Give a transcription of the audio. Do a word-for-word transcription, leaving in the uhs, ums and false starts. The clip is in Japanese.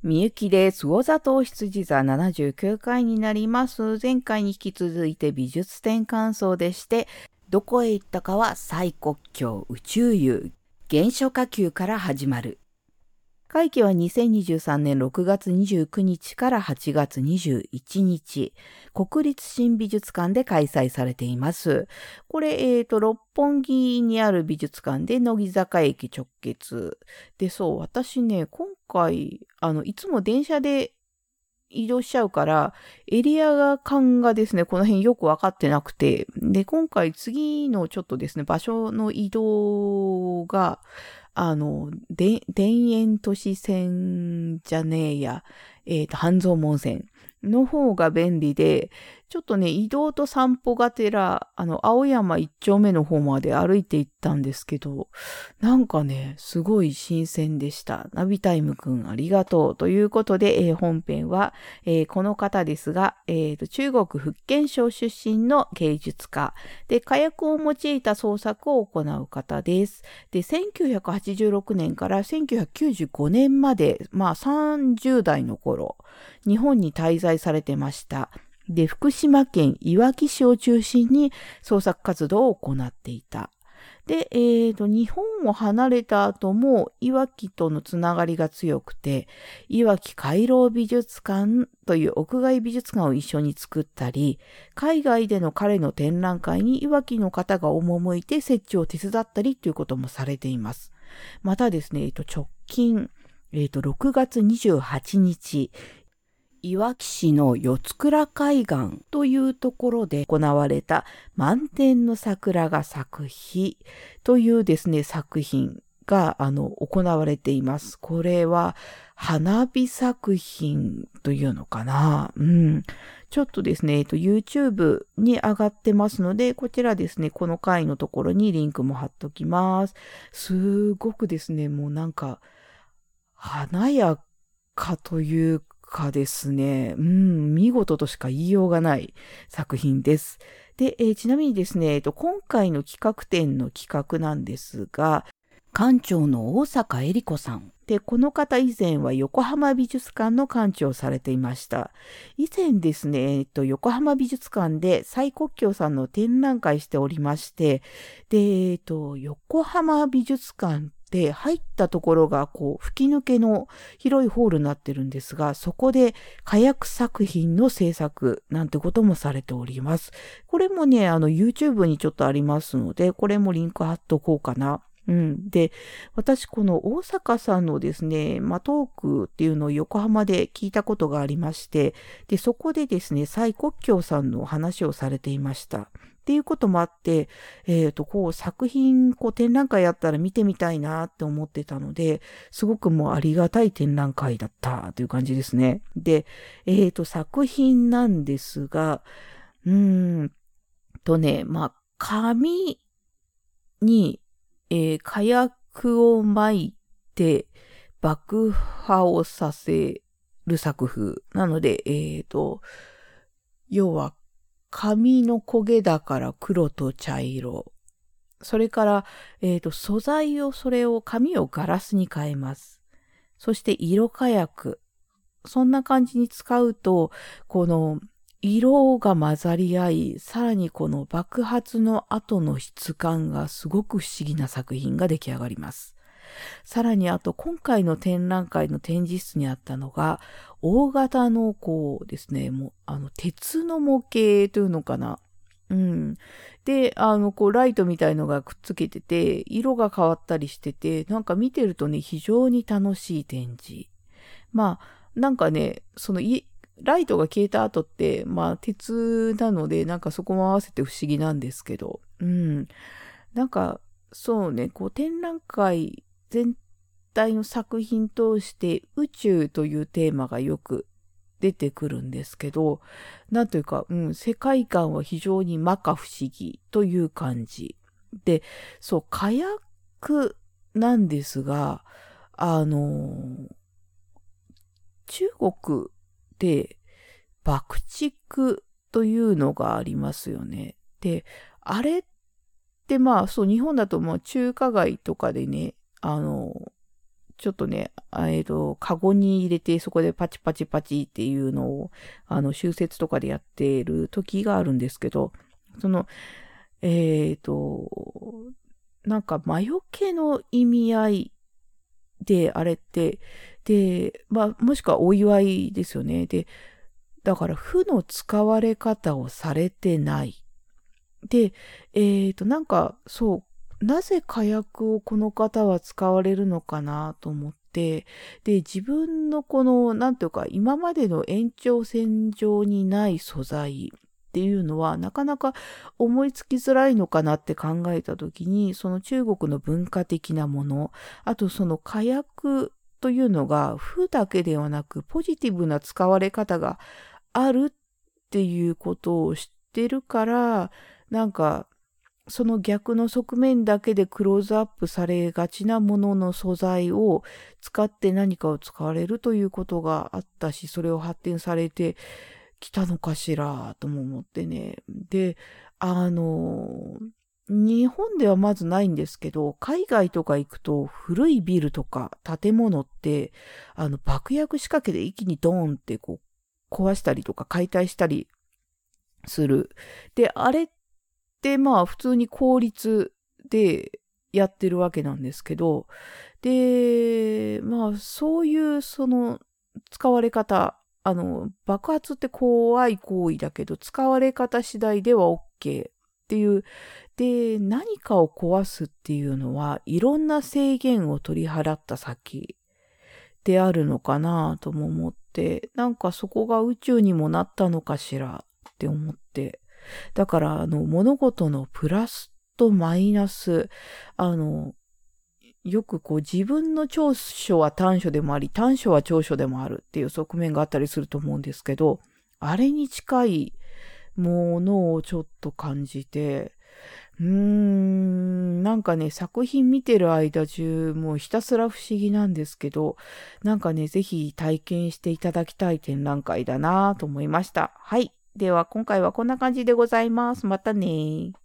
みゆきです。魚座と羊座ななじゅうきゅうかいになります。前回に引き続いて美術展感想でして、どこへ行ったかは最国境宇宙遊、原初火球から始まる。会期はにせんにじゅうさんねんろくがつにじゅうくにちからはちがつにじゅういちにち、国立新美術館で開催されています。これ、えっと、六本木にある美術館で乃木坂駅直結。で、そう、私ね、今回、あの、いつも電車で移動しちゃうから、エリア感がですね、この辺よくわかってなくて、で、今回次のちょっとですね、場所の移動が、あの、で、田園都市線じゃねえや、えっと、半蔵門線の方が便利で、ちょっとね、移動と散歩がてら、あの、青山一丁目の方まで歩いて行ったんですけど、なんかね、すごい新鮮でした。ナビタイムくんありがとう。ということで、えー本編は、えーこの方ですが、えーと、中国福建省出身の芸術家で、火薬を用いた創作を行う方です。で、せんきゅうひゃくはちじゅうろくねんからせんきゅうひゃくきゅうじゅうごねんまで、まあさんじゅうだいの頃、日本に滞在されてました。で、福島県いわき市を中心に創作活動を行っていた。で、えーと、日本を離れた後も、いわきとのつながりが強くて、いわき回廊美術館という屋外美術館を一緒に作ったり、海外での彼の展覧会にいわきの方が赴いて設置を手伝ったりということもされています。またですね、えーと、直近、えーと、ろくがつにじゅうはちにち、いわき市の四倉海岸というところで行われた満天の桜が咲く日というですね、作品があの行われています。これは花火作品というのかな。うん。ちょっとですね、えっと、YouTube に上がってますので、こちらですね、この回のところにリンクも貼っときます。すごくですね、もうなんか、華やかというかですね、うん、見事としか言いようがない作品です。で、えーちなみにですね、えっと、今回の企画展の企画なんですが、館長の大坂恵理子さん。で、この方以前は横浜美術館の館長をされていました。以前ですね、えっと、横浜美術館で蔡國強さんの展覧会しておりまして、で、えっと、横浜美術館で入ったところがこう吹き抜けの広いホールになってるんですが、そこで火薬作品の制作なんてこともされております。これもね、あの YouTube にちょっとありますので、これもリンク貼っとこうかな。うん。で、私この大阪さんのですね、まあ、トークっていうのを横浜で聞いたことがありまして、で、そこでですね、蔡國強さんの話をされていました。っていうこともあって、えっと、こう作品、こう展覧会やったら見てみたいなって思ってたので、すごくもうありがたい展覧会だったという感じですね。で、えっと、作品なんですが、うーんとね、まあ、紙に、えー火薬を撒いて爆破をさせる作風。なので、えっと、要は紙の焦げだから黒と茶色。それから、えっと、素材を、それを、紙をガラスに変えます。そして、色火薬。そんな感じに使うと、この、色が混ざり合い、さらにこの爆発の後の質感がすごく不思議な作品が出来上がります。さらにあと今回の展覧会の展示室にあったのが大型のこうですね、もうあの鉄の模型というのかな。うん。で、あの、こう、ライトみたいのがくっつけてて、色が変わったりしてて、なんか見てるとね、非常に楽しい展示。まあ、なんかね、そのい、ライトが消えた後って、まあ、鉄なので、なんかそこも合わせて不思議なんですけど、うん。なんか、そうね、こう、展覧会全体の作品通して宇宙というテーマがよく出てくるんですけど、なんというか、うん、世界観は非常に摩訶不思議という感じ。で、そう、火薬なんですが、あの、中国で爆竹というのがありますよね。で、あれってまあ、そう、日本だともう中華街とかでね、あの、 ちょっとね、えっと、カゴに入れてそこでパチパチパチっていうのを、あの、修説とかでやってる時があるんですけど、その、えっと、なんか魔除けの意味合いで、あれって、で、まあ、もしくはお祝いですよね。で、だから負の使われ方をされてない。で、えっと、なんか、そう、なぜ火薬をこの方は使われるのかなと思って、で、自分のこの、なんていうか、今までの延長線上にない素材っていうのは、なかなか思いつきづらいのかなって考えたときに、その中国の文化的なもの、あとその火薬というのが、負だけではなく、ポジティブな使われ方があるっていうことを知ってるから、なんか、その逆の側面だけでクローズアップされがちなものの素材を使って何かを使われるということがあったし、それを発展されてきたのかしらとも思ってね。で、あの、日本ではまずないんですけど、海外とか行くと古いビルとか建物って、あの、爆薬仕掛けで一気にドーンってこう壊したりとか解体したりする。で、あれってで、まあ普通に効率でやってるわけなんですけど、で、まあそういうその使われ方、あの、爆発って怖い行為だけど、使われ方次第では OK っていう、で、何かを壊すっていうのは、いろんな制限を取り払った先であるのかなとも思って、なんかそこが宇宙にもなったのかしらって思って、だから、あの、物事のプラスとマイナス、あの、よくこう自分の長所は短所でもあり、短所は長所でもあるっていう側面があったりすると思うんですけど、あれに近いものをちょっと感じて、うーん、なんかね、作品見てる間中、もうひたすら不思議なんですけど、なんかね、ぜひ体験していただきたい展覧会だなと思いました。はい。では今回はこんな感じでございます。またね。